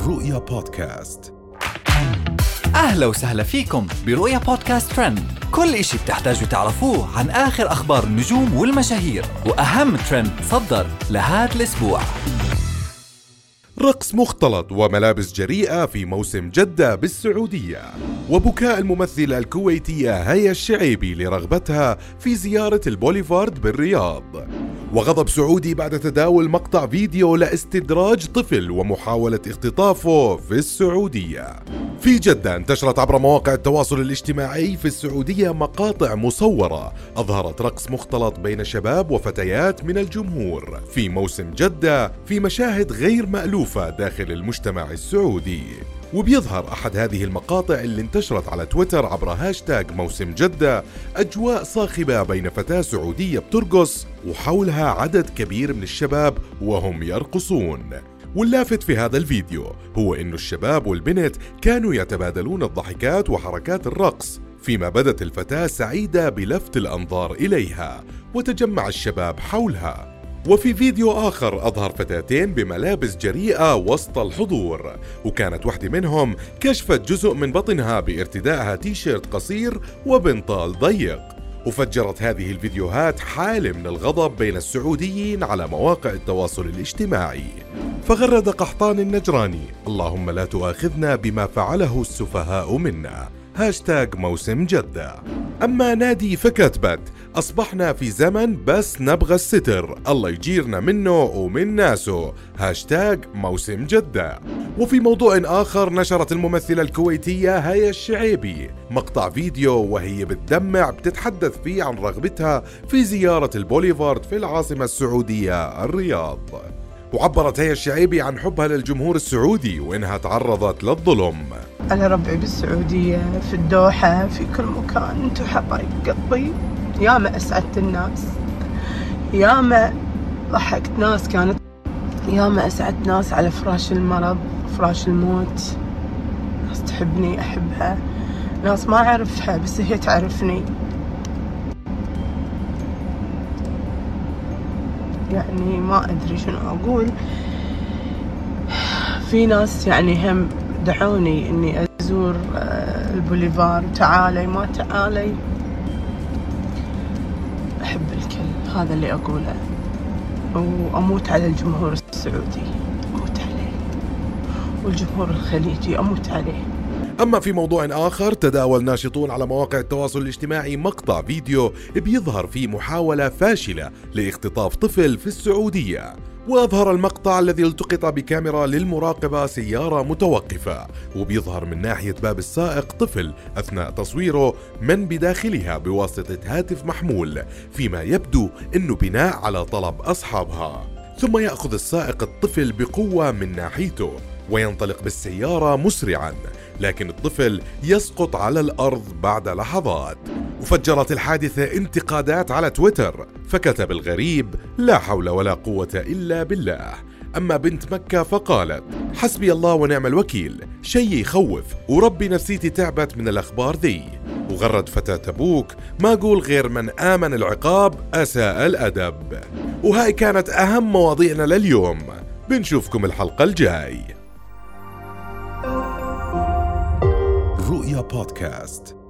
رؤيا بودكاست. أهلا وسهلا فيكم برؤيا بودكاست ترند. كل إشي بتحتاجوا تعرفوه عن آخر أخبار النجوم والمشاهير وأهم ترند صدر لهذا الأسبوع. رقص مختلط وملابس جريئة في موسم جدة بالسعودية، وبكاء الممثلة الكويتية هيا الشعيبي لرغبتها في زيارة البوليفارد بالرياض، وغضب سعودي بعد تداول مقطع فيديو لاستدراج طفل ومحاولة اختطافه في السعودية. في جدة انتشرت عبر مواقع التواصل الاجتماعي في السعودية مقاطع مصورة أظهرت رقص مختلط بين شباب وفتيات من الجمهور في موسم جدة في مشاهد غير مألوفة داخل المجتمع السعودي. وبيظهر أحد هذه المقاطع اللي انتشرت على تويتر عبر هاشتاج موسم جدة أجواء صاخبة بين فتاة سعودية بترقص وحولها عدد كبير من الشباب وهم يرقصون. واللافت في هذا الفيديو هو إنه الشباب والبنت كانوا يتبادلون الضحكات وحركات الرقص، فيما بدت الفتاة سعيدة بلفت الأنظار إليها وتجمع الشباب حولها. وفي فيديو آخر أظهر فتاتين بملابس جريئة وسط الحضور، وكانت واحدة منهم كشفت جزء من بطنها بارتدائها تيشيرت قصير وبنطال ضيق. وفجرت هذه الفيديوهات حالة من الغضب بين السعوديين على مواقع التواصل الاجتماعي. فغرد قحطان النجراني: اللهم لا تؤاخذنا بما فعله السفهاء منا، هاشتاج موسم جدة. أما نادي فكتبت: أصبحنا في زمن بس نبغى الستر، الله يجيرنا منه ومن ناسه، هاشتاج موسم جدة. وفي موضوع آخر نشرت الممثلة الكويتية هيا الشعيبي مقطع فيديو وهي بتدمع بتتحدث فيه عن رغبتها في زيارة البوليفارد في العاصمة السعودية الرياض. وعبرت هيا الشعيبي عن حبها للجمهور السعودي وإنها تعرضت للظلم. أنا ربعي بالسعودية، في الدوحة، في كل مكان، أنتوا حبايب قلبي. ياما أسعدت الناس، ياما ضحكت ناس، كانت ياما أسعدت ناس على فراش المرض، فراش الموت. ناس تحبني أحبها، ناس ما أعرفها بس هي تعرفني. يعني ما أدري شنو أقول. في ناس يعني هم دعوني إني أزور البوليفار، تعالي ما تعالي، أحب الكل، هذا اللي أقوله. وأموت على الجمهور السعودي، أموت عليه، والجمهور الخليجي أموت عليه. أما في موضوع آخر تداول ناشطون على مواقع التواصل الاجتماعي مقطع فيديو بيظهر فيه محاولة فاشلة لاختطاف طفل في السعودية. وأظهر المقطع الذي التقط بكاميرا للمراقبة سيارة متوقفة، وبيظهر من ناحية باب السائق طفل أثناء تصويره من بداخلها بواسطة هاتف محمول، فيما يبدو أنه بناء على طلب أصحابها. ثم يأخذ السائق الطفل بقوة من ناحيته وينطلق بالسيارة مسرعا، لكن الطفل يسقط على الأرض بعد لحظات. وفجرت الحادثة انتقادات على تويتر، فكتب الغريب: لا حول ولا قوة إلا بالله. أما بنت مكة فقالت: حسبي الله ونعم الوكيل، شيء يخوف وربي نفسيتي تعبت من الأخبار ذي. وغرد فتاة تبوك: ما أقول غير من آمن العقاب أساء الأدب. وهاي كانت أهم مواضيعنا لليوم، بنشوفكم الحلقة الجاي. رؤيا بودكاست.